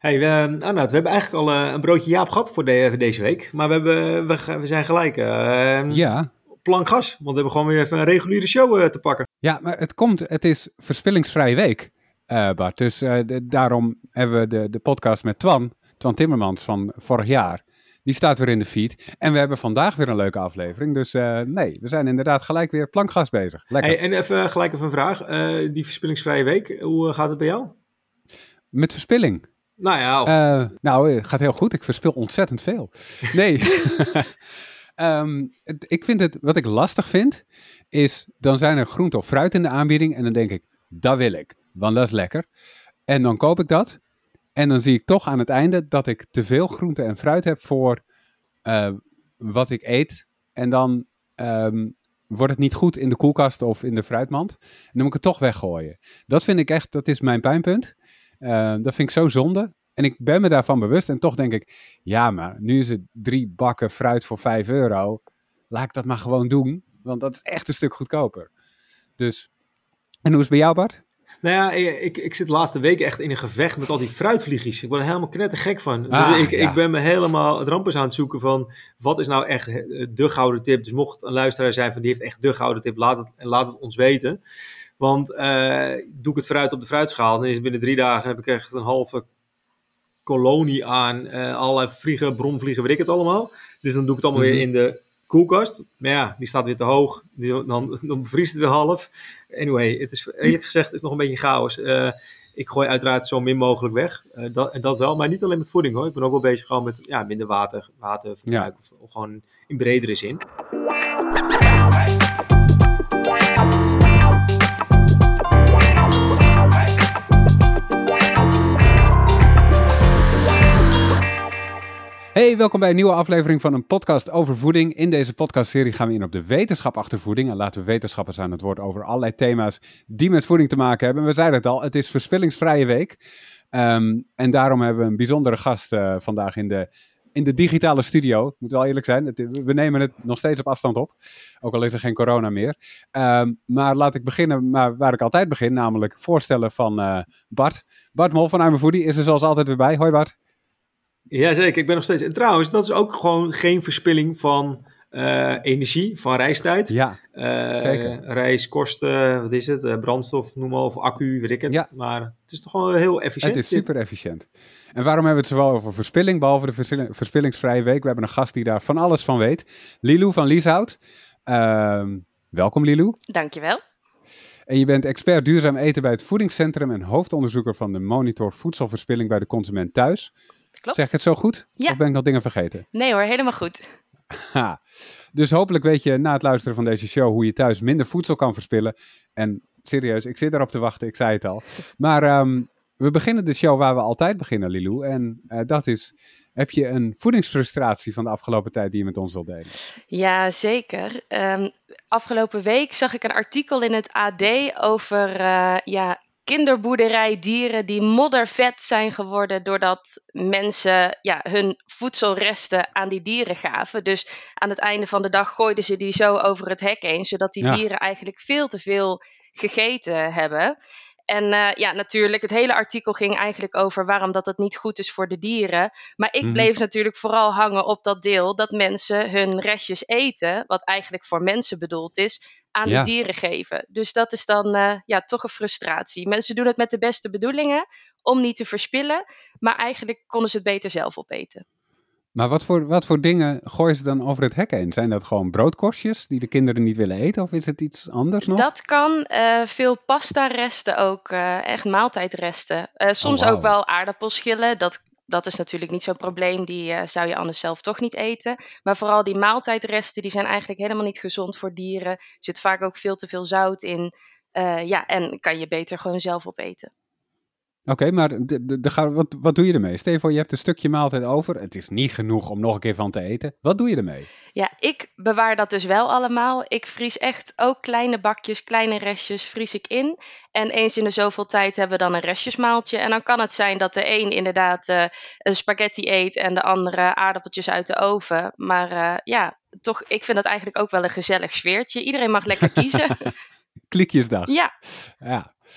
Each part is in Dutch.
Hey, Arnoud, we hebben eigenlijk al een broodje Jaap gehad voor deze week. Maar we zijn gelijk Ja, plank gas. Want we hebben gewoon weer even een reguliere show te pakken. ja, maar het is verspillingsvrije week, Bart. Dus daarom hebben we de podcast met Twan Timmermans van vorig jaar. Die staat weer in de feed. En we hebben vandaag weer een leuke aflevering. Dus nee, we zijn inderdaad gelijk weer plankgas bezig. Lekker. Hey, en gelijk even een vraag. Die verspillingsvrije week, hoe gaat het bij jou? Met verspilling. Nou ja, Nou, het gaat heel goed. Ik verspil ontzettend veel. Nee. Ik vind wat ik lastig vind, is dan zijn er groente of fruit in de aanbieding en dan denk ik, dat wil ik, want dat is lekker. En dan koop ik dat en dan zie ik toch aan het einde dat ik te veel groente en fruit heb voor wat ik eet. En dan wordt het niet goed in de koelkast of in de fruitmand. En dan moet ik het toch weggooien. Dat vind ik echt, dat is mijn pijnpunt. Dat vind ik zo zonde. En ik ben me daarvan bewust. En toch denk ik, ja, maar nu is het 3 bakken fruit voor €5. Laat ik dat maar gewoon doen. Want dat is echt een stuk goedkoper. Dus, en hoe is het bij jou, Bart? nou ja, ik zit de laatste weken echt in een gevecht met al die fruitvliegjes. Ik word er helemaal knettergek van. Ah, Dus ja. ik ben me helemaal het rampers aan het zoeken van wat is nou echt de gouden tip. Dus mocht een luisteraar zijn van die heeft echt de gouden tip, laat het ons weten. Want doe ik het fruit op de fruitschaal, dan is het binnen 3 dagen heb ik echt een halve kolonie aan allerlei vliegen, bromvliegen, weet ik het allemaal. Dus dan doe ik het allemaal weer in de koelkast. Maar ja, die staat weer te hoog. Dan bevriest het weer half. Anyway, het is eerlijk gezegd het is nog een beetje chaos. Ik gooi uiteraard zo min mogelijk weg. Dat wel, maar niet alleen met voeding hoor. Ik ben ook wel bezig gewoon met minder waterverbruik. Of gewoon in bredere zin. Hey, welkom bij een nieuwe aflevering van een podcast over voeding. In deze podcastserie gaan we in op de wetenschap achter voeding. En laten we wetenschappers aan het woord over allerlei thema's die met voeding te maken hebben. We zeiden het al, het is verspillingsvrije week. En daarom hebben we een bijzondere gast vandaag in de digitale studio. Ik moet wel eerlijk zijn, we nemen het nog steeds op afstand op. Ook al is er geen corona meer. Maar laat ik beginnen waar ik altijd begin, namelijk voorstellen van Bart. Bart Mol van Arme Foodie is er zoals altijd weer bij. Hoi Bart. Jazeker, ik ben nog steeds. En trouwens, dat is ook gewoon geen verspilling van energie, van reistijd. Ja, zeker. Reiskosten, wat is het? Brandstof, noem maar, of accu, weet ik het. Ja. Maar het is toch wel heel efficiënt. Het is super efficiënt. En waarom hebben we het zowel over verspilling, behalve de verspillingsvrije week? We hebben een gast die daar van alles van weet. Lilou van Lieshout. Welkom Lilou. Dankjewel. En je bent expert duurzaam eten bij het Voedingscentrum en hoofdonderzoeker van de Monitor Voedselverspilling bij de Consument Thuis. Klopt. Zeg ik het zo goed? Ja. Of ben ik nog dingen vergeten? Nee hoor, helemaal goed. Ha. Dus hopelijk weet je na het luisteren van deze show hoe je thuis minder voedsel kan verspillen. En serieus, ik zit erop te wachten, ik zei het al. Maar we beginnen de show waar we altijd beginnen, Lilou. En dat is, heb je een voedingsfrustratie van de afgelopen tijd die je met ons wilt delen? Ja, zeker. Afgelopen week zag ik een artikel in het AD over kinderboerderijdieren die moddervet zijn geworden doordat mensen hun voedselresten aan die dieren gaven. Dus aan het einde van de dag gooiden ze die zo over het hek heen, zodat die dieren eigenlijk veel te veel gegeten hebben. En natuurlijk, het hele artikel ging eigenlijk over waarom dat niet goed is voor de dieren. Maar ik bleef natuurlijk vooral hangen op dat deel dat mensen hun restjes eten, wat eigenlijk voor mensen bedoeld is, aan die dieren geven. Dus dat is dan toch een frustratie. Mensen doen het met de beste bedoelingen om niet te verspillen, maar eigenlijk konden ze het beter zelf opeten. Maar wat voor dingen gooien ze dan over het hek heen? Zijn dat gewoon broodkorstjes die de kinderen niet willen eten? Of is het iets anders nog? Dat kan. Veel pasta-resten ook. Echt maaltijdresten. Soms ook wel aardappelschillen. Dat is natuurlijk niet zo'n probleem. Die zou je anders zelf toch niet eten. Maar vooral die maaltijdresten, die zijn eigenlijk helemaal niet gezond voor dieren. Er zit vaak ook veel te veel zout in. En kan je beter gewoon zelf opeten. Oké, maar wat doe je ermee? Stel je voor, je hebt een stukje maaltijd over. Het is niet genoeg om nog een keer van te eten. Wat doe je ermee? Ja, ik bewaar dat dus wel allemaal. Ik vries echt ook kleine bakjes, kleine restjes vries ik in. En eens in de zoveel tijd hebben we dan een restjesmaaltje. En dan kan het zijn dat de een inderdaad een spaghetti eet en de andere aardappeltjes uit de oven. Maar toch, ik vind dat eigenlijk ook wel een gezellig sfeertje. Iedereen mag lekker kiezen. Klikjesdag. Ja.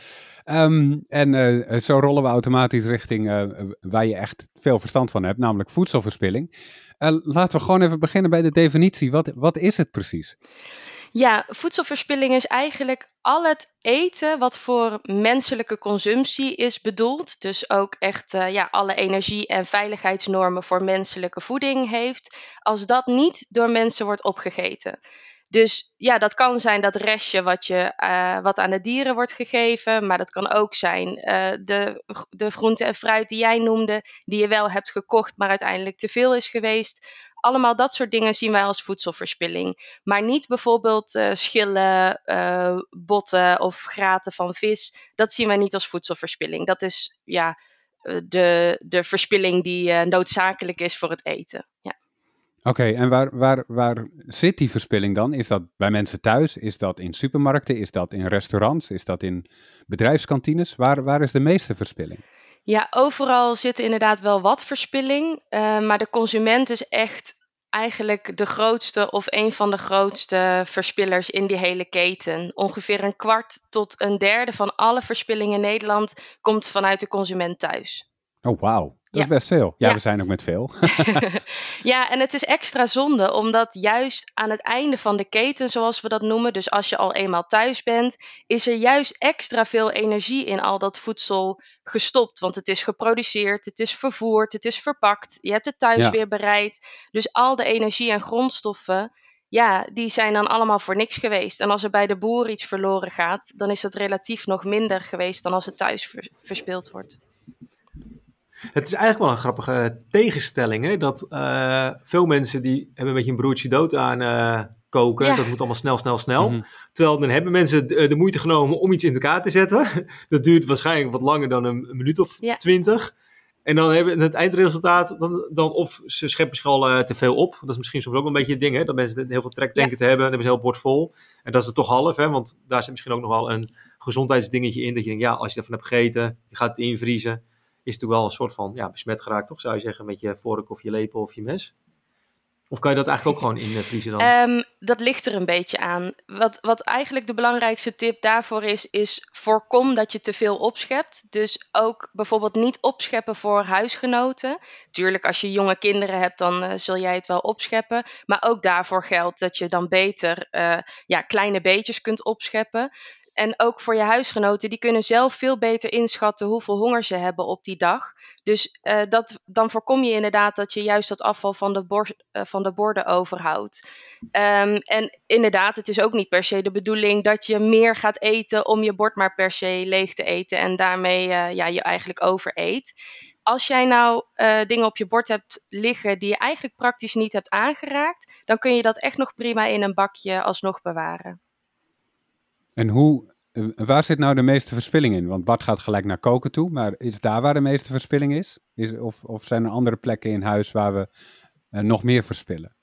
Zo rollen we automatisch richting waar je echt veel verstand van hebt, namelijk voedselverspilling. Laten we gewoon even beginnen bij de definitie. Wat is het precies? Ja, voedselverspilling is eigenlijk al het eten wat voor menselijke consumptie is bedoeld. Dus ook echt alle energie- en veiligheidsnormen voor menselijke voeding heeft, als dat niet door mensen wordt opgegeten. Dus ja, dat kan zijn dat restje wat aan de dieren wordt gegeven, maar dat kan ook zijn de groente en fruit die jij noemde, die je wel hebt gekocht, maar uiteindelijk te veel is geweest. Allemaal dat soort dingen zien wij als voedselverspilling. Maar niet bijvoorbeeld schillen, botten of graten van vis. Dat zien wij niet als voedselverspilling. Dat is de verspilling die noodzakelijk is voor het eten. Ja. Oké, en waar zit die verspilling dan? Is dat bij mensen thuis? Is dat in supermarkten? Is dat in restaurants? Is dat in bedrijfskantines? Waar is de meeste verspilling? Ja, overal zit inderdaad wel wat verspilling. Maar de consument is echt eigenlijk de grootste of een van de grootste verspillers in die hele keten. Ongeveer een kwart tot een derde van alle verspilling in Nederland komt vanuit de consument thuis. Oh, wauw. Dat Ja. is best veel. Ja, Ja. we zijn ook met veel. Ja, en het is extra zonde, omdat juist aan het einde van de keten, zoals we dat noemen, dus als je al eenmaal thuis bent, is er juist extra veel energie in al dat voedsel gestopt. Want het is geproduceerd, het is vervoerd, het is verpakt, je hebt het thuis Ja. weer bereid. Dus al de energie en grondstoffen, ja, die zijn dan allemaal voor niks geweest. En als er bij de boer iets verloren gaat, dan is dat relatief nog minder geweest dan als het thuis verspild wordt. Het is eigenlijk wel een grappige tegenstelling. Hè? Dat veel mensen die hebben een beetje een broertje dood aan koken. Ja. Dat moet allemaal snel, snel, snel. Mhm. Terwijl dan hebben mensen de moeite genomen om iets in elkaar te zetten. Dat duurt waarschijnlijk wat langer dan een minuut of Ja. 20. En dan hebben het eindresultaat, dan of ze scheppen misschien al te veel op. Dat is misschien soms ook een beetje het ding, hè? Dat mensen heel veel trek denken te hebben. Dan hebben ze een heel bord vol. En dat is het toch half, hè? Want daar zit misschien ook nog wel een gezondheidsdingetje in. Dat je denkt, ja, als je ervan hebt gegeten, je gaat het invriezen, is het natuurlijk wel een soort van besmet geraakt, toch? Zou je zeggen, met je vork of je lepel of je mes? Of kan je dat eigenlijk ook gewoon invriezen dan? Dat ligt er een beetje aan. Wat eigenlijk de belangrijkste tip daarvoor is voorkom dat je te veel opschept. Dus ook bijvoorbeeld niet opscheppen voor huisgenoten. Tuurlijk, als je jonge kinderen hebt, dan zul jij het wel opscheppen. Maar ook daarvoor geldt dat je dan beter kleine beetjes kunt opscheppen. En ook voor je huisgenoten, die kunnen zelf veel beter inschatten hoeveel honger ze hebben op die dag. Dus dan voorkom je inderdaad dat je juist dat afval van de borden overhoudt. En inderdaad, het is ook niet per se de bedoeling dat je meer gaat eten om je bord maar per se leeg te eten en daarmee je eigenlijk overeet. Als jij nou dingen op je bord hebt liggen die je eigenlijk praktisch niet hebt aangeraakt, dan kun je dat echt nog prima in een bakje alsnog bewaren. En waar zit nou de meeste verspilling in? Want Bart gaat gelijk naar koken toe, maar is daar waar de meeste verspilling is? Of zijn er andere plekken in huis waar we nog meer verspillen?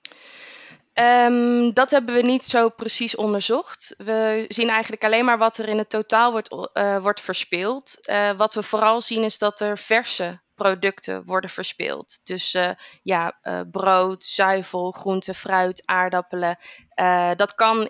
Dat hebben we niet zo precies onderzocht. We zien eigenlijk alleen maar wat er in het totaal wordt verspild. Wat we vooral zien is dat er verse producten worden verspild. Dus brood, zuivel, groente, fruit, aardappelen. Dat kan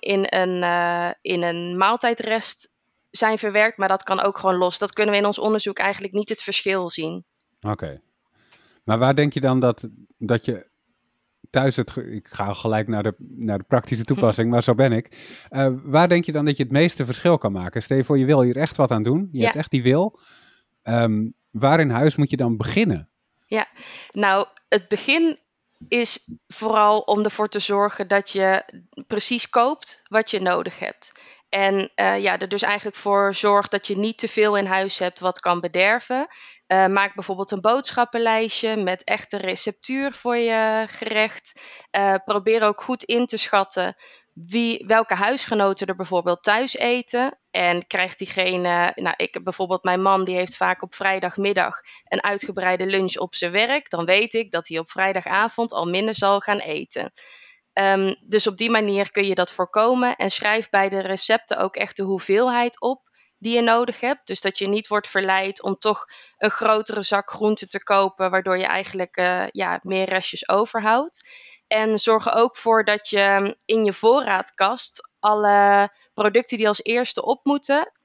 in een maaltijdrest zijn verwerkt, maar dat kan ook gewoon los. Dat kunnen we in ons onderzoek eigenlijk niet het verschil zien. Oké. Maar waar denk je dan dat je thuis ik ga gelijk naar de praktische toepassing, maar zo ben ik. Waar denk je dan dat je het meeste verschil kan maken? Stel je voor, je wil hier echt wat aan doen. Je hebt echt die wil. Waar in huis moet je dan beginnen? Ja, nou, het begin is vooral om ervoor te zorgen dat je precies koopt wat je nodig hebt. En er dus eigenlijk voor zorgt dat je niet te veel in huis hebt wat kan bederven. Maak bijvoorbeeld een boodschappenlijstje met echte receptuur voor je gerecht. Probeer ook goed in te schatten welke huisgenoten er bijvoorbeeld thuis eten. En krijgt diegene, ik heb bijvoorbeeld mijn man, die heeft vaak op vrijdagmiddag een uitgebreide lunch op zijn werk. Dan weet ik dat hij op vrijdagavond al minder zal gaan eten. Dus op die manier kun je dat voorkomen. En schrijf bij de recepten ook echt de hoeveelheid op die je nodig hebt. Dus dat je niet wordt verleid om toch een grotere zak groente te kopen, waardoor je eigenlijk meer restjes overhoudt. En zorg er ook voor dat je in je voorraadkast alle producten die als eerste op moeten,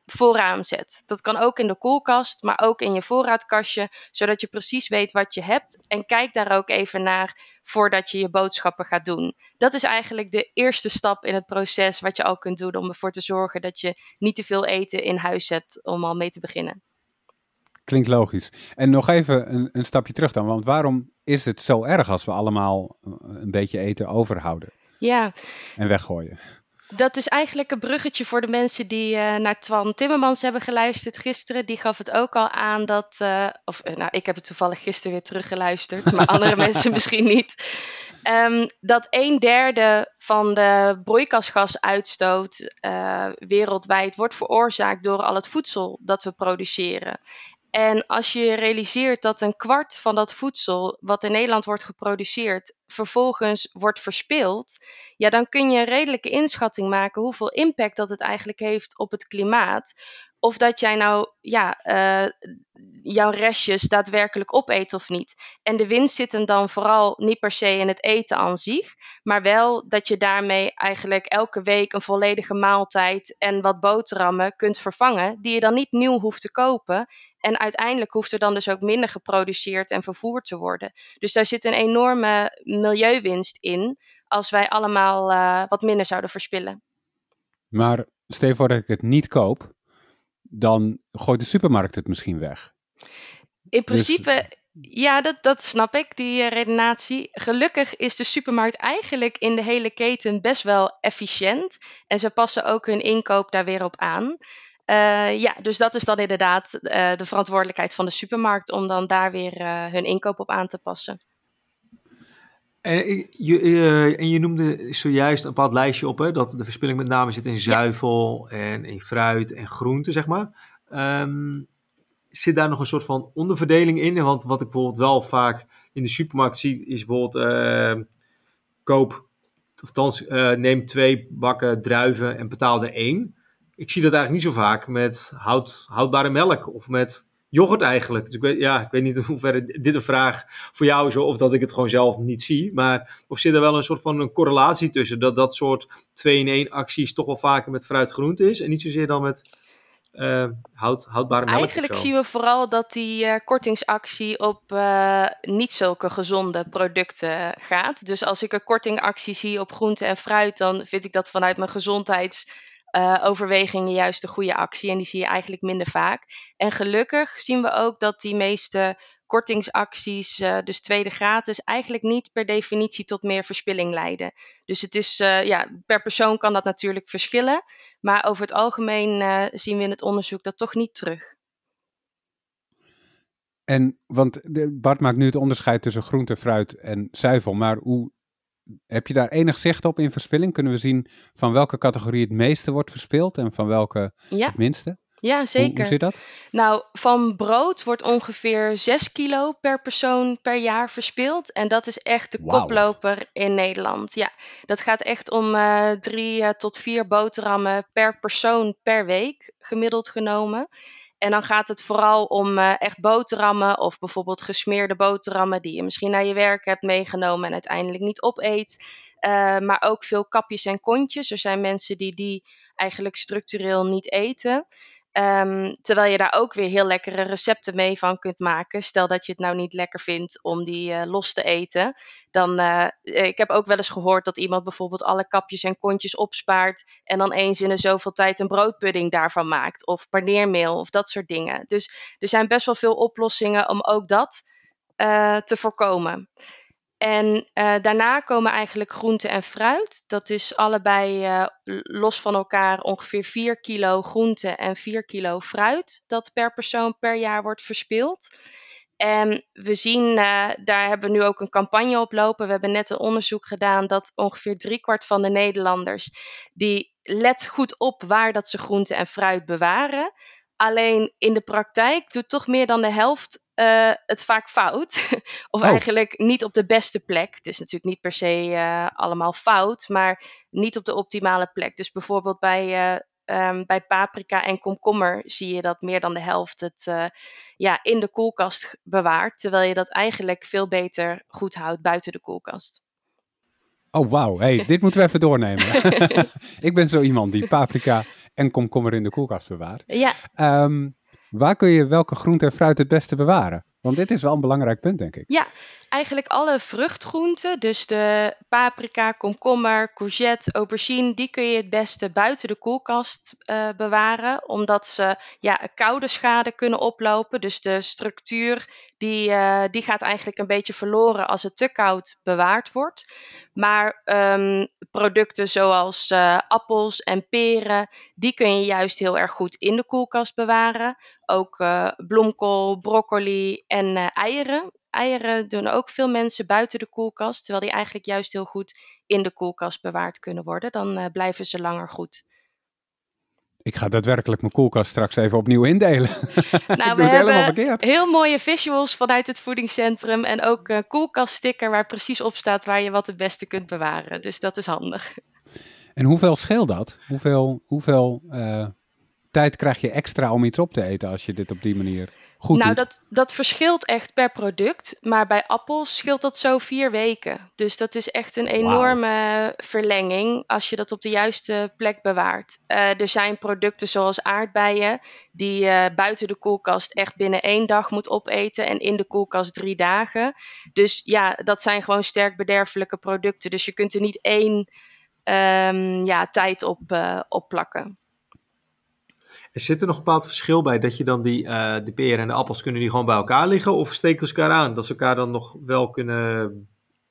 vooraan zet. Dat kan ook in de koelkast, maar ook in je voorraadkastje, zodat je precies weet wat je hebt. En kijk daar ook even naar voordat je je boodschappen gaat doen. Dat is eigenlijk de eerste stap in het proces wat je al kunt doen om ervoor te zorgen dat je niet te veel eten in huis hebt om al mee te beginnen. Klinkt logisch. En nog even een stapje terug dan. Want waarom is het zo erg als we allemaal een beetje eten overhouden Ja, en weggooien? dat is eigenlijk een bruggetje voor de mensen die naar Twan Timmermans hebben geluisterd gisteren. Die gaf het ook al aan dat, ik heb het toevallig gisteren weer teruggeluisterd, maar andere mensen misschien niet. Dat 1/3 van de broeikasgasuitstoot wereldwijd wordt veroorzaakt door al het voedsel dat we produceren. En als je realiseert dat 1/4 van dat voedsel wat in Nederland wordt geproduceerd vervolgens wordt verspild, ja, dan kun je een redelijke inschatting maken hoeveel impact dat het eigenlijk heeft op het klimaat. Of dat jij nou jouw restjes daadwerkelijk opeet of niet. En de winst zit hem dan vooral niet per se in het eten aan zich, maar wel dat je daarmee eigenlijk elke week een volledige maaltijd en wat boterhammen kunt vervangen, die je dan niet nieuw hoeft te kopen. En uiteindelijk hoeft er dan dus ook minder geproduceerd en vervoerd te worden. Dus daar zit een enorme milieuwinst in als wij allemaal wat minder zouden verspillen. Maar stel je voor dat ik het niet koop, dan gooit de supermarkt het misschien weg. In principe, ja, dat snap ik, die redenatie. Gelukkig is de supermarkt eigenlijk in de hele keten best wel efficiënt. En ze passen ook hun inkoop daar weer op aan. Dus dat is dan inderdaad de verantwoordelijkheid van de supermarkt om dan daar weer hun inkoop op aan te passen. En je noemde zojuist een bepaald lijstje op, hè, dat de verspilling met name zit in zuivel en in fruit en groenten, zeg maar. Zit daar nog een soort van onderverdeling in? Want wat ik bijvoorbeeld wel vaak in de supermarkt zie, is bijvoorbeeld neem 2 bakken druiven en betaal er 1. Ik zie dat eigenlijk niet zo vaak met houdbare melk of met yoghurt eigenlijk. Dus ik weet niet in hoeverre dit een vraag voor jou is, of dat ik het gewoon zelf niet zie. Maar of zit er wel een soort van een correlatie tussen dat soort 2-in-1 acties toch wel vaker met fruit groente is en niet zozeer dan met houdbare melk Eigenlijk of zo? zien we vooral dat die kortingsactie op niet zulke gezonde producten gaat. Dus als ik een kortingactie zie op groente en fruit, dan vind ik dat vanuit mijn gezondheidsoverwegingen juist een goede actie. En die zie je eigenlijk minder vaak. En gelukkig zien we ook dat die meeste kortingsacties, dus tweede gratis, eigenlijk niet per definitie tot meer verspilling leiden. Dus het is, per persoon kan dat natuurlijk verschillen. Maar over het algemeen zien we in het onderzoek dat toch niet terug. Want Bart maakt nu het onderscheid tussen groente, fruit en zuivel. Maar heb je daar enig zicht op in verspilling? Kunnen we zien van welke categorie het meeste wordt verspild en van welke Ja, het minste? ja, Hoe zeker. zit dat? Nou, van brood wordt ongeveer 6 kilo per persoon per jaar verspild. En dat is echt de Wauw. koploper in Nederland. Ja, dat gaat echt om 3 tot 4 boterhammen per persoon per week, gemiddeld genomen. En dan gaat het vooral om echt boterhammen of bijvoorbeeld gesmeerde boterhammen die je misschien naar je werk hebt meegenomen en uiteindelijk niet opeet. Maar ook veel kapjes en kontjes. Er zijn mensen die eigenlijk structureel niet eten. Terwijl je daar ook weer heel lekkere recepten mee van kunt maken. Stel dat je het nou niet lekker vindt om die los te eten. Dan, ik heb ook wel eens gehoord dat iemand bijvoorbeeld alle kapjes en kontjes opspaart. En dan eens in de zoveel tijd een broodpudding daarvan maakt. Of paneermeel of dat soort dingen. Dus er zijn best wel veel oplossingen om ook dat te voorkomen. En daarna komen eigenlijk groente en fruit. Dat is allebei los van elkaar ongeveer 4 kilo groente en 4 kilo fruit. Dat per persoon per jaar wordt verspild. En we zien, daar hebben we nu ook een campagne op lopen. We hebben net een onderzoek gedaan dat ongeveer 3/4 van de Nederlanders, die let goed op waar dat ze groente en fruit bewaren. Alleen in de praktijk doet toch meer dan de helft het vaak fout. Of eigenlijk niet op de beste plek. Het is natuurlijk niet per se allemaal fout, maar niet op de optimale plek. Dus bijvoorbeeld bij paprika en komkommer zie je dat meer dan de helft het in de koelkast bewaart. Terwijl je dat eigenlijk veel beter goed houdt buiten de koelkast. Oh, wauw. Hey, dit moeten we even doornemen. Ik ben zo iemand die paprika en komkommer in de koelkast bewaart. Ja, Waar kun je welke groente en fruit het beste bewaren? Want dit is wel een belangrijk punt, denk ik. ja, eigenlijk alle vruchtgroenten, dus de paprika, komkommer, courgette, aubergine, die kun je het beste buiten de koelkast bewaren, omdat ze een koude schade kunnen oplopen. Dus de structuur die gaat eigenlijk een beetje verloren als het te koud bewaard wordt. Maar producten zoals appels en peren, die kun je juist heel erg goed in de koelkast bewaren. Ook bloemkool, broccoli en eieren. Eieren doen ook veel mensen buiten de koelkast, terwijl die eigenlijk juist heel goed in de koelkast bewaard kunnen worden. Dan blijven ze langer goed. Ik ga daadwerkelijk mijn koelkast straks even opnieuw indelen. Nou, Ik we doe het helemaal hebben verkeerd. heel mooie visuals vanuit het voedingscentrum en ook een koelkaststicker waar precies op staat waar je wat het beste kunt bewaren. Dus dat is handig. En hoeveel scheelt dat? Hoeveel tijd krijg je extra om iets op te eten als je dit op die manier goed Nou, doet? dat verschilt echt per product. Maar bij appels scheelt dat zo 4 weken. Dus dat is echt een Wauw. enorme verlenging als je dat op de juiste plek bewaart. Er zijn producten zoals aardbeien die je buiten de koelkast echt binnen 1 dag moet opeten en in de koelkast 3 dagen. Dus ja, dat zijn gewoon sterk bederfelijke producten. Dus je kunt er niet één tijd op plakken. Er zit er nog een bepaald verschil bij dat je dan de peren en de appels kunnen die gewoon bij elkaar liggen of steken ze elkaar aan? Dat ze elkaar dan nog wel kunnen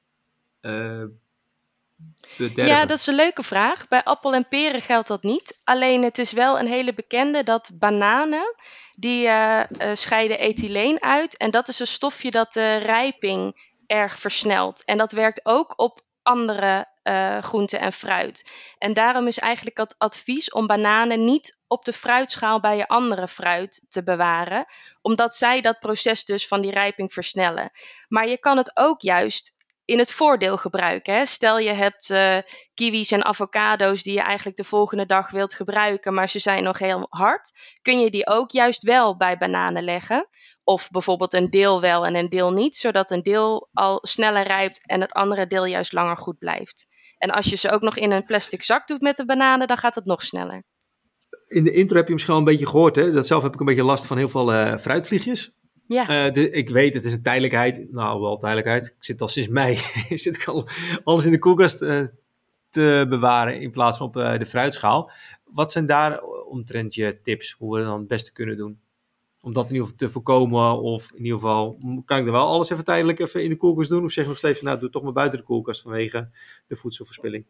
bederven? Ja, dat is een leuke vraag. Bij appel en peren geldt dat niet. Alleen het is wel een hele bekende dat bananen, die scheiden ethyleen uit. En dat is een stofje dat de rijping erg versnelt. En dat werkt ook op andere groenten en fruit. En daarom is eigenlijk het advies om bananen niet op de fruitschaal bij je andere fruit te bewaren. Omdat zij dat proces dus van die rijping versnellen. Maar je kan het ook juist in het voordeel gebruiken. Hè? Stel je hebt kiwis en avocado's die je eigenlijk de volgende dag wilt gebruiken, maar ze zijn nog heel hard. Kun je die ook juist wel bij bananen leggen? Of bijvoorbeeld een deel wel en een deel niet, zodat een deel al sneller rijpt en het andere deel juist langer goed blijft. En als je ze ook nog in een plastic zak doet met de bananen, dan gaat het nog sneller. In de intro heb je misschien al een beetje gehoord, hè? Dat zelf heb ik een beetje last van heel veel fruitvliegjes. Ja. Ik weet, het is een tijdelijkheid. Nou, wel tijdelijkheid. Ik zit al sinds mei zit ik al alles in de koelkast te bewaren in plaats van op de fruitschaal. Wat zijn daar omtrent je tips hoe we het dan het beste kunnen doen? Om dat in ieder geval te voorkomen, of in ieder geval, kan ik er wel alles even tijdelijk even in de koelkast doen? Of zeg je nog steeds, nou, doe het toch maar buiten de koelkast vanwege de voedselverspilling?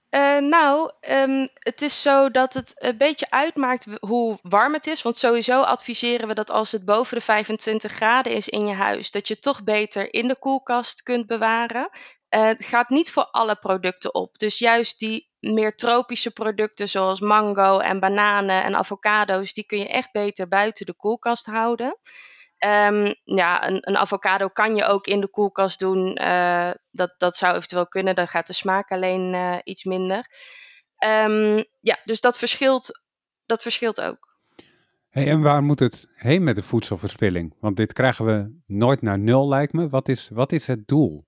Het is zo dat het een beetje uitmaakt hoe warm het is. Want sowieso adviseren we dat als het boven de 25 graden is in je huis, dat je het toch beter in de koelkast kunt bewaren. Het gaat niet voor alle producten op. Dus juist die meer tropische producten zoals mango en bananen en avocado's, die kun je echt beter buiten de koelkast houden. Een avocado kan je ook in de koelkast doen. Dat zou eventueel kunnen. Dan gaat de smaak alleen iets minder. Dus dat verschilt ook. Hey, en waar moet het heen met de voedselverspilling? Want dit krijgen we nooit naar nul, lijkt me. Wat is het doel?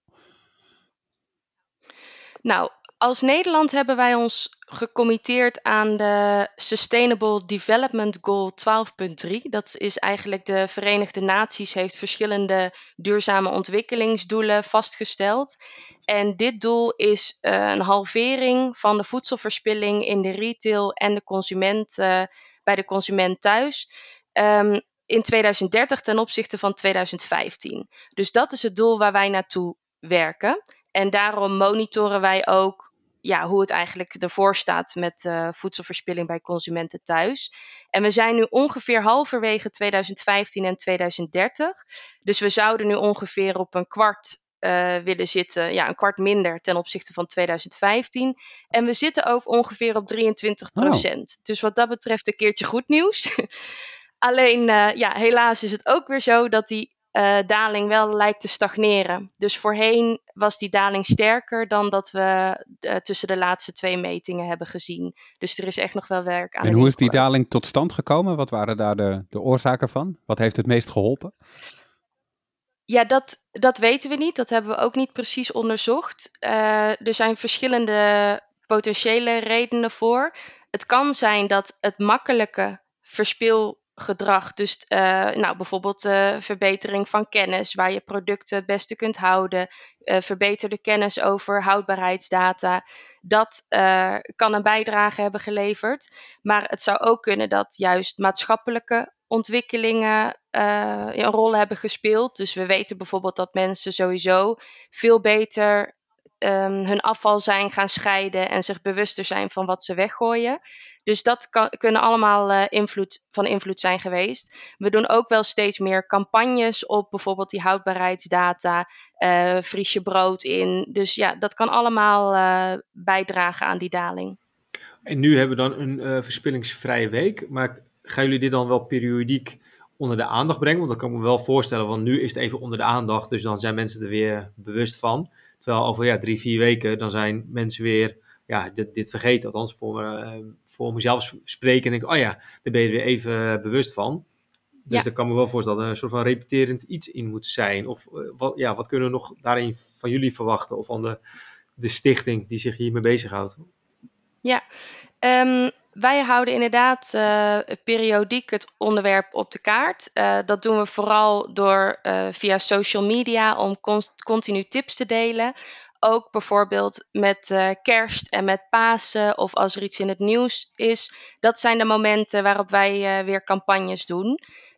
Nou, als Nederland hebben wij ons gecommitteerd aan de Sustainable Development Goal 12.3. Dat is eigenlijk de Verenigde Naties heeft verschillende duurzame ontwikkelingsdoelen vastgesteld. En dit doel is een halvering van de voedselverspilling in de retail en de consument, bij de consument thuis. In 2030 ten opzichte van 2015. Dus dat is het doel waar wij naartoe werken. En daarom monitoren wij ook hoe het eigenlijk ervoor staat met voedselverspilling bij consumenten thuis. En we zijn nu ongeveer halverwege 2015 en 2030. Dus we zouden nu ongeveer op een kwart willen zitten. Ja, een kwart minder ten opzichte van 2015. En we zitten ook ongeveer op 23%. Dus wat dat betreft een keertje goed nieuws. Alleen, helaas is het ook weer zo dat die daling wel lijkt te stagneren. Dus voorheen was die daling sterker dan dat we tussen de laatste 2 metingen hebben gezien. Dus er is echt nog wel werk aan de En hoe is die winkel. daling tot stand gekomen? Wat waren daar de oorzaken van? Wat heeft het meest geholpen? Ja, dat weten we niet. Dat hebben we ook niet precies onderzocht. Er zijn verschillende potentiële redenen voor. Het kan zijn dat het makkelijke verspilgedrag, dus bijvoorbeeld verbetering van kennis, waar je producten het beste kunt houden, verbeterde kennis over houdbaarheidsdata, dat kan een bijdrage hebben geleverd. Maar het zou ook kunnen dat juist maatschappelijke ontwikkelingen een rol hebben gespeeld. Dus we weten bijvoorbeeld dat mensen sowieso veel beter hun afval zijn gaan scheiden en zich bewuster zijn van wat ze weggooien. Dus dat kunnen allemaal van invloed zijn geweest. We doen ook wel steeds meer campagnes op bijvoorbeeld die houdbaarheidsdata. Vries je brood in. Dus ja, dat kan allemaal bijdragen aan die daling. En nu hebben we dan een verspillingsvrije week. Maar gaan jullie dit dan wel periodiek onder de aandacht brengen? Want dat kan ik me wel voorstellen, want nu is het even onder de aandacht. Dus dan zijn mensen er weer bewust van. Terwijl over 3-4 weken, dan zijn mensen weer dit vergeten. Althans voor mezelf spreken en denk ik, daar ben je er weer even bewust van. Dus dat kan me wel voorstellen dat er een soort van repeterend iets in moet zijn. Of wat kunnen we nog daarin van jullie verwachten? Of van de stichting die zich hiermee bezighoudt? Ja, wij houden inderdaad periodiek het onderwerp op de kaart. Dat doen we vooral door via social media om continu tips te delen. Ook bijvoorbeeld met kerst en met Pasen of als er iets in het nieuws is. Dat zijn de momenten waarop wij weer campagnes doen.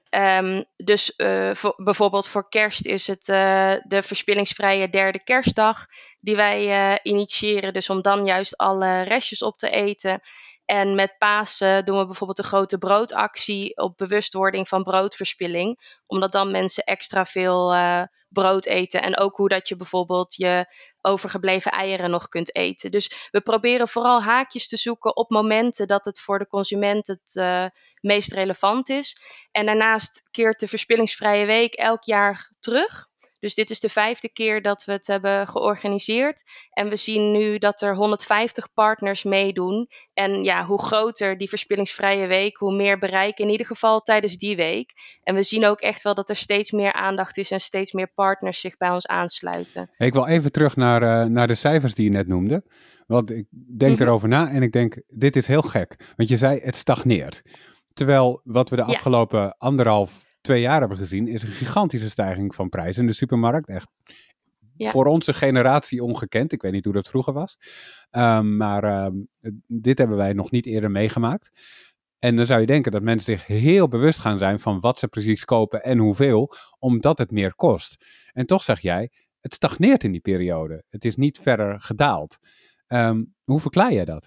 Dus bijvoorbeeld voor kerst is het de verspillingsvrije derde kerstdag die wij initiëren. Dus om dan juist alle restjes op te eten. En met Pasen doen we bijvoorbeeld een grote broodactie op bewustwording van broodverspilling. Omdat dan mensen extra veel brood eten. En ook hoe dat je bijvoorbeeld je overgebleven eieren nog kunt eten. Dus we proberen vooral haakjes te zoeken op momenten dat het voor de consument het meest relevant is. En daarnaast keert de verspillingsvrije week elk jaar terug. Dus dit is de 5e keer dat we het hebben georganiseerd. En we zien nu dat er 150 partners meedoen. En ja, hoe groter die verspillingsvrije week, hoe meer bereik in ieder geval tijdens die week. En we zien ook echt wel dat er steeds meer aandacht is en steeds meer partners zich bij ons aansluiten. Ik wil even terug naar de cijfers die je net noemde. Want ik denk erover na en ik denk, dit is heel gek. Want je zei, het stagneert. Terwijl wat we de afgelopen 1,5-2 jaar hebben gezien, is een gigantische stijging van prijzen in de supermarkt. Echt voor onze generatie ongekend. Ik weet niet hoe dat vroeger was. Maar dit hebben wij nog niet eerder meegemaakt. En dan zou je denken dat mensen zich heel bewust gaan zijn van wat ze precies kopen en hoeveel, omdat het meer kost. En toch zeg jij, het stagneert in die periode. Het is niet verder gedaald. Hoe verklaar jij dat?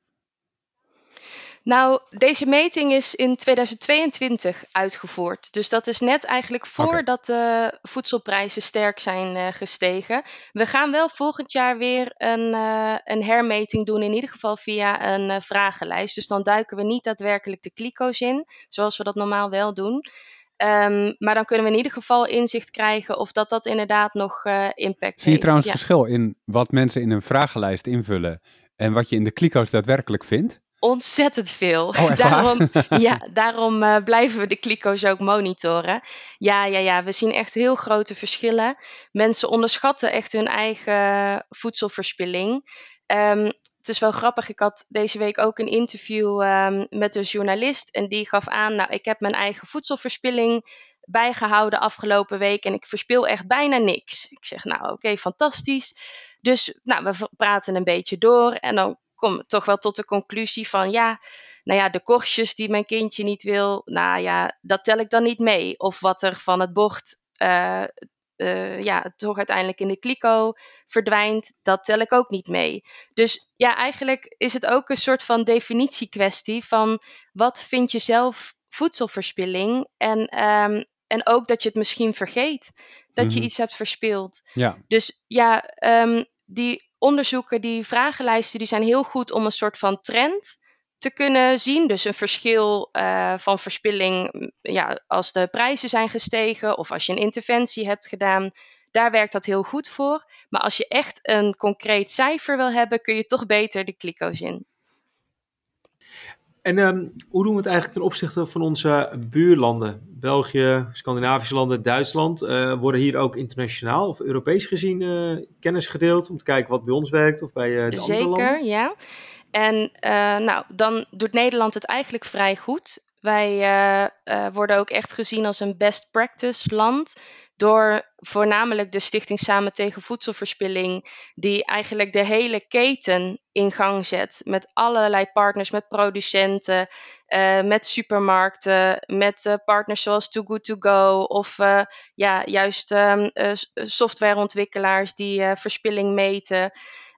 Nou, deze meting is in 2022 uitgevoerd. Dus dat is net eigenlijk voordat de voedselprijzen sterk zijn gestegen. We gaan wel volgend jaar weer een hermeting doen, in ieder geval via een vragenlijst. Dus dan duiken we niet daadwerkelijk de kliko's in, zoals we dat normaal wel doen. Maar dan kunnen we in ieder geval inzicht krijgen of dat inderdaad nog impact heeft. Zie je trouwens verschil in wat mensen in een vragenlijst invullen en wat je in de kliko's daadwerkelijk vindt? Ontzettend veel. Oh, Daarom blijven we de kliko's ook monitoren. Ja, we zien echt heel grote verschillen. Mensen onderschatten echt hun eigen voedselverspilling. Het is wel grappig, ik had deze week ook een interview met een journalist. En die gaf aan, nou, ik heb mijn eigen voedselverspilling bijgehouden afgelopen week. En ik verspil echt bijna niks. Ik zeg, nou oké, fantastisch. Dus we praten een beetje door en dan kom ik toch wel tot de conclusie van de korstjes die mijn kindje niet wil, dat tel ik dan niet mee. Of wat er van het bord toch uiteindelijk in de kliko verdwijnt, dat tel ik ook niet mee. Dus ja, eigenlijk is het ook een soort van definitiekwestie van wat vind je zelf voedselverspilling en ook dat je het misschien vergeet dat je iets hebt verspild. Ja. Dus die onderzoeken, die vragenlijsten, die zijn heel goed om een soort van trend te kunnen zien. Dus een verschil van verspilling als de prijzen zijn gestegen of als je een interventie hebt gedaan. Daar werkt dat heel goed voor. Maar als je echt een concreet cijfer wil hebben, kun je toch beter de kliko's in. En hoe doen we het eigenlijk ten opzichte van onze buurlanden? België, Scandinavische landen, Duitsland. Worden hier ook internationaal of Europees gezien kennis gedeeld om te kijken wat bij ons werkt of bij de andere landen? Zeker, ja. En nou, dan doet Nederland het eigenlijk vrij goed. Wij worden ook echt gezien als een best practice land door voornamelijk de Stichting Samen tegen Voedselverspilling, die eigenlijk de hele keten in gang zet met allerlei partners, met producenten, met supermarkten, met partners zoals Too Good To Go of ja, juist softwareontwikkelaars die verspilling meten.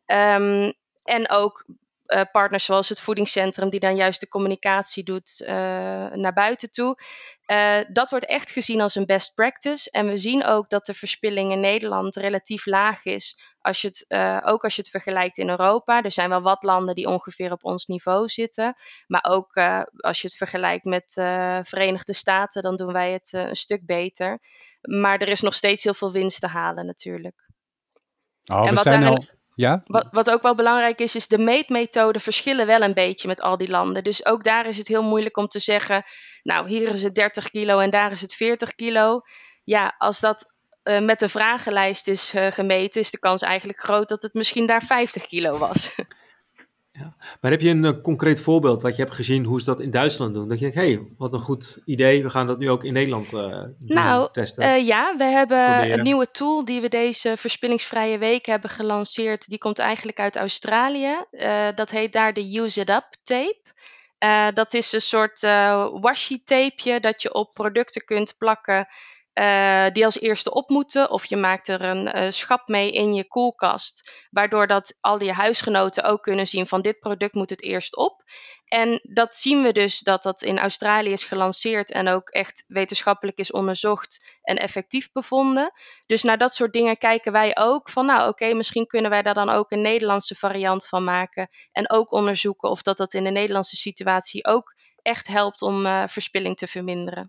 En ook partners zoals het voedingscentrum, die dan juist de communicatie doet naar buiten toe. Dat wordt echt gezien als een best practice. En we zien ook dat de verspilling in Nederland relatief laag is. Ook als je het vergelijkt in Europa. Er zijn wel wat landen die ongeveer op ons niveau zitten. Maar ook als je het vergelijkt met Verenigde Staten, dan doen wij het een stuk beter. Maar er is nog steeds heel veel winst te halen natuurlijk. Oh, En we wat zijn daarin al... Ja? wat ook wel belangrijk is de meetmethoden verschillen wel een beetje met al die landen. Dus ook daar is het heel moeilijk om te zeggen, nou, hier is het 30 kilo en daar is het 40 kilo. Ja, als dat met de vragenlijst is gemeten, is de kans eigenlijk groot dat het misschien daar 50 kilo was. Ja. Maar heb je een concreet voorbeeld wat je hebt gezien hoe ze dat in Duitsland doen? Dat je denkt, hé, wat een goed idee, we gaan dat nu ook in Nederland doen, testen, Ja, we hebben een proberen. nieuwe tool die we deze verspillingsvrije week hebben gelanceerd. Die komt eigenlijk uit Australië. Dat heet daar de Use It Up tape. Dat is een soort washi-tapeje dat je op producten kunt plakken die als eerste op moeten. Of je maakt er een schap mee in je koelkast, waardoor dat al je huisgenoten ook kunnen zien van dit product moet het eerst op. En dat zien we dus dat in Australië is gelanceerd en ook echt wetenschappelijk is onderzocht en effectief bevonden. Dus naar dat soort dingen kijken wij ook van nou oké, misschien kunnen wij daar dan ook een Nederlandse variant van maken. En ook onderzoeken of dat in de Nederlandse situatie ook echt helpt om verspilling te verminderen.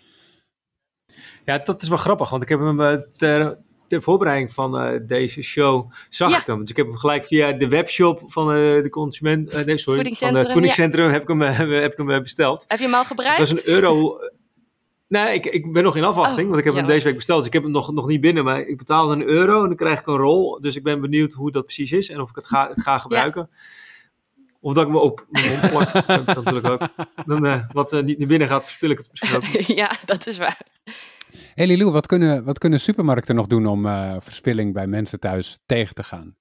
Ja, dat is wel grappig, want ik heb hem ter voorbereiding van deze show zag ik hem. Dus ik heb hem gelijk via de webshop van de consument, van het voedingscentrum heb ik hem besteld. Heb je hem al gebruikt? Het was €1. Nee, ik ben nog in afwachting, want ik heb hem deze week besteld. Dus ik heb hem nog niet binnen, maar ik betaalde €1 en dan krijg ik een rol. Dus ik ben benieuwd hoe dat precies is en of ik het ga gebruiken. Ja. Of dat ik me op mijn mond plak. Dat natuurlijk ook. Dan wat niet naar binnen gaat, verspil ik het misschien ook. Ja, dat is waar. Hey Lilou, wat kunnen supermarkten nog doen om verspilling bij mensen thuis tegen te gaan?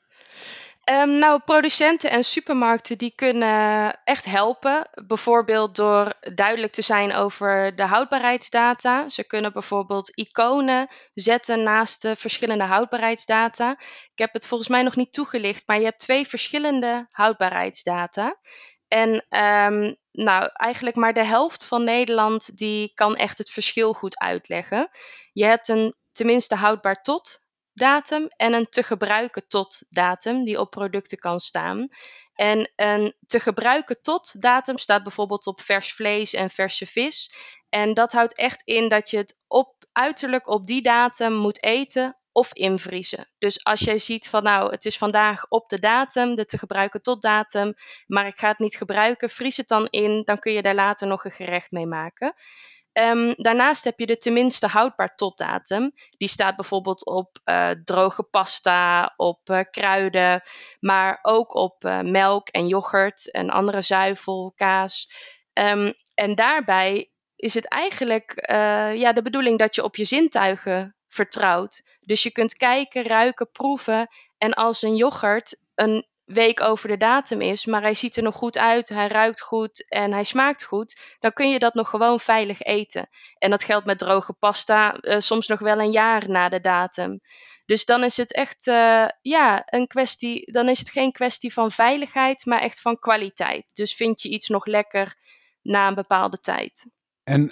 Nou, producenten en supermarkten die kunnen echt helpen. Bijvoorbeeld door duidelijk te zijn over de houdbaarheidsdata. Ze kunnen bijvoorbeeld iconen zetten naast de verschillende houdbaarheidsdata. Ik heb het volgens mij nog niet toegelicht, maar je hebt 2 verschillende houdbaarheidsdata. En nou, eigenlijk maar de helft van Nederland die kan echt het verschil goed uitleggen. Je hebt een tenminste houdbaar tot datum en een te gebruiken tot datum die op producten kan staan. En een te gebruiken tot datum staat bijvoorbeeld op vers vlees en verse vis. En dat houdt echt in dat je het uiterlijk op die datum moet eten of invriezen. Dus als jij ziet van nou, het is vandaag op de datum, de te gebruiken tot datum, maar ik ga het niet gebruiken, vries het dan in, dan kun je daar later nog een gerecht mee maken. Daarnaast heb je de tenminste houdbaar tot datum. Die staat bijvoorbeeld op droge pasta, op kruiden, maar ook op melk en yoghurt en andere zuivel, kaas. En daarbij is het eigenlijk de bedoeling dat je op je zintuigen vertrouwt. Dus je kunt kijken, ruiken, proeven. En als een yoghurt een week over de datum is, maar hij ziet er nog goed uit, hij ruikt goed en hij smaakt goed, dan kun je dat nog gewoon veilig eten. En dat geldt met droge pasta soms nog wel een jaar na de datum. Dus dan is het echt een kwestie, dan is het geen kwestie van veiligheid, maar echt van kwaliteit. Dus vind je iets nog lekker na een bepaalde tijd. En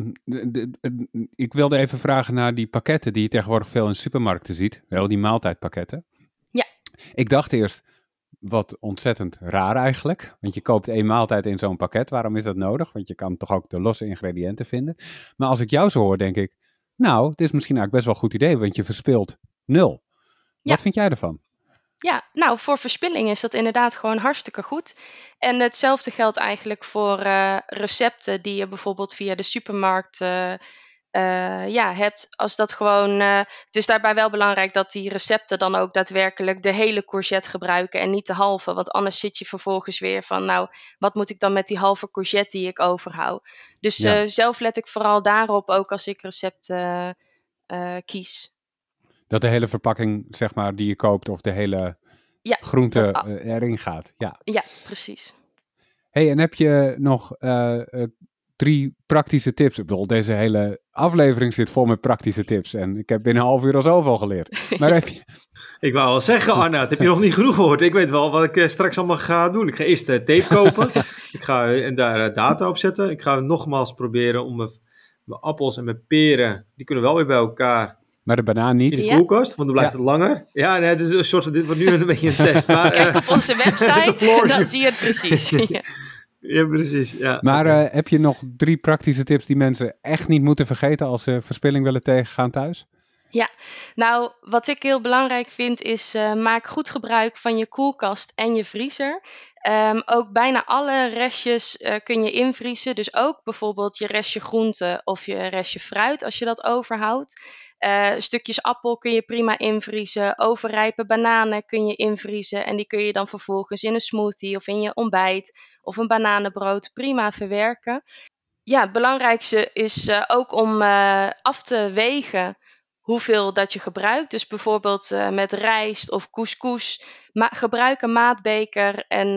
ik wilde even vragen naar die pakketten die je tegenwoordig veel in supermarkten ziet. Wel die maaltijdpakketten. Ja. Ik dacht eerst, wat ontzettend raar eigenlijk. Want je koopt 1 maaltijd in zo'n pakket. Waarom is dat nodig? Want je kan toch ook de losse ingrediënten vinden. Maar als ik jou zo hoor, denk ik, nou, het is misschien eigenlijk best wel een goed idee. Want je verspilt 0. Ja. Wat vind jij ervan? Ja, nou, voor verspilling is dat inderdaad gewoon hartstikke goed. En hetzelfde geldt eigenlijk voor recepten die je bijvoorbeeld via de supermarkt hebt. Als dat gewoon, het is daarbij wel belangrijk dat die recepten dan ook daadwerkelijk de hele courgette gebruiken en niet de halve. Want anders zit je vervolgens weer van, nou, wat moet ik dan met die halve courgette die ik overhoud? Dus Ja. zelf let ik vooral daarop, ook als ik recepten kies. Dat de hele verpakking, zeg maar, die je koopt of de hele Ja, groente dat erin gaat. Ja. Ja, precies. Hey, en heb je nog 3 praktische tips? Ik bedoel, deze hele aflevering zit vol met praktische tips. En ik heb binnen een half uur al zoveel geleerd. Maar heb je... Ik wou al zeggen, Arnoud, heb je nog niet genoeg gehoord? Ik weet wel wat ik straks allemaal ga doen. Ik ga eerst tape kopen. Ik ga en daar data op zetten. Ik ga nogmaals proberen om mijn appels en mijn peren, die kunnen wel weer bij elkaar Maar de banaan niet. in de koelkast, want dan blijft het langer. Ja, nee, het is een soort van, dit wordt nu een beetje een test. Maar, kijk op onze website, dan zie je het precies. Ja, precies. Ja. Maar heb je nog 3 praktische tips die mensen echt niet moeten vergeten als ze verspilling willen tegengaan thuis? Ja, nou, wat ik heel belangrijk vind is maak goed gebruik van je koelkast en je vriezer. Ook bijna alle restjes kun je invriezen. Dus ook bijvoorbeeld je restje groente of je restje fruit als je dat overhoudt. Stukjes appel kun je prima invriezen. Overrijpe bananen kun je invriezen. En die kun je dan vervolgens in een smoothie of in je ontbijt of een bananenbrood prima verwerken. Ja, het belangrijkste is ook om af te wegen hoeveel dat je gebruikt. Dus bijvoorbeeld met rijst of couscous. Gebruik een maatbeker en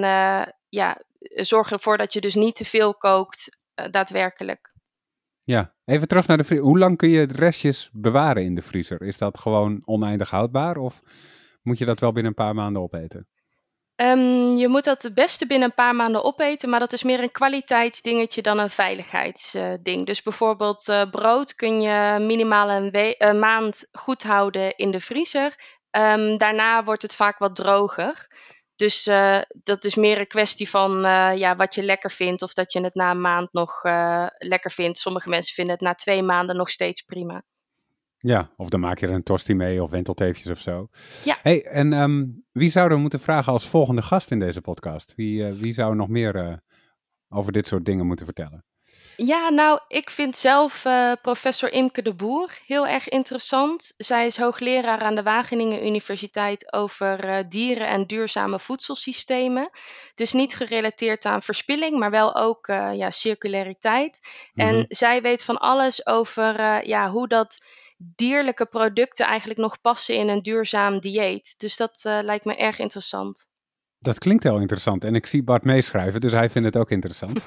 zorg ervoor dat je dus niet te veel kookt daadwerkelijk. Ja, even terug naar de vriezer. Hoe lang kun je de restjes bewaren in de vriezer? Is dat gewoon oneindig houdbaar of moet je dat wel binnen een paar maanden opeten? Je moet dat het beste binnen een paar maanden opeten, maar dat is meer een kwaliteitsdingetje dan een veiligheidsding. Dus bijvoorbeeld brood kun je minimaal een maand goed houden in de vriezer. Daarna wordt het vaak wat droger. Dus dat is meer een kwestie van wat je lekker vindt of dat je het na een maand nog lekker vindt. Sommige mensen vinden het na 2 maanden nog steeds prima. Ja, of dan maak je er een tosti mee of wentelteefjes of zo. Ja. Hey, en wie zouden we moeten vragen als volgende gast in deze podcast? Wie zou nog meer over dit soort dingen moeten vertellen? Ja, nou, ik vind zelf professor Imke de Boer heel erg interessant. Zij is hoogleraar aan de Wageningen Universiteit over dieren en duurzame voedselsystemen. Het is niet gerelateerd aan verspilling, maar wel ook circulariteit. En zij weet van alles over hoe dat dierlijke producten eigenlijk nog passen in een duurzaam dieet. Dus dat lijkt me erg interessant. Dat klinkt heel interessant. En ik zie Bart meeschrijven, dus hij vindt het ook interessant.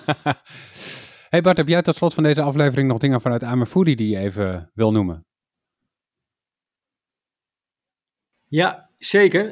Hey Bart, heb jij tot slot van deze aflevering nog dingen vanuit I'm a Foodie die je even wil noemen? Ja, zeker.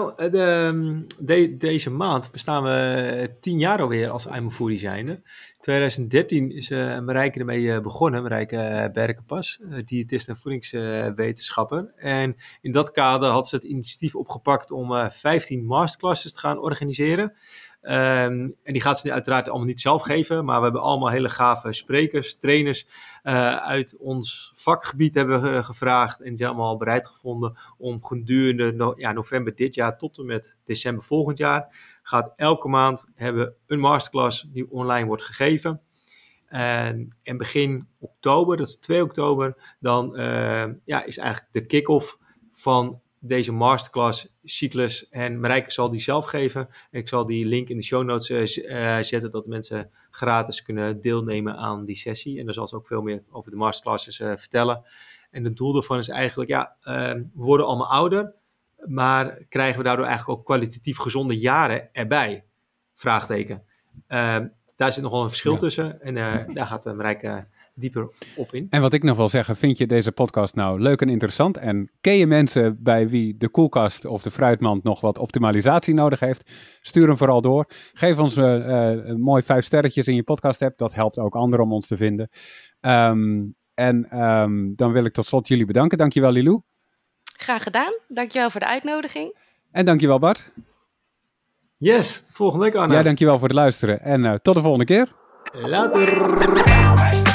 Deze maand bestaan we 10 jaar alweer als I'm a Foodie zijnde. 2013 is Marijke ermee begonnen, Marijke Berkenpas, diëtist en voedingswetenschapper. En in dat kader had ze het initiatief opgepakt om 15 masterclasses te gaan organiseren. En die gaat ze uiteraard allemaal niet zelf geven, maar we hebben allemaal hele gave sprekers, trainers uit ons vakgebied hebben gevraagd en die zijn allemaal bereid gevonden om gedurende november dit jaar tot en met december volgend jaar gaat elke maand hebben een masterclass die online wordt gegeven. En begin oktober, dat is 2 oktober, dan is eigenlijk de kick-off van deze masterclass cyclus. En Marijke zal die zelf geven. En ik zal die link in de show notes zetten, dat mensen gratis kunnen deelnemen aan die sessie. En dan zal ze ook veel meer over de masterclasses vertellen. En het doel daarvan is eigenlijk, we worden allemaal ouder, maar krijgen we daardoor eigenlijk ook kwalitatief gezonde jaren erbij? Vraagteken. Daar zit nog wel een verschil tussen. En daar gaat Marijke dieper op in. En wat ik nog wil zeggen, vind je deze podcast nou leuk en interessant? En ken je mensen bij wie de koelkast of de fruitmand nog wat optimalisatie nodig heeft? Stuur hem vooral door. Geef ons een mooi 5 sterretjes in je podcast app. Dat helpt ook anderen om ons te vinden. Dan wil ik tot slot jullie bedanken. Dankjewel Lilou. Graag gedaan. Dankjewel voor de uitnodiging. En dankjewel Bart. Yes, tot volgende week Arnoud. Ja, dankjewel voor het luisteren. En tot de volgende keer. Later.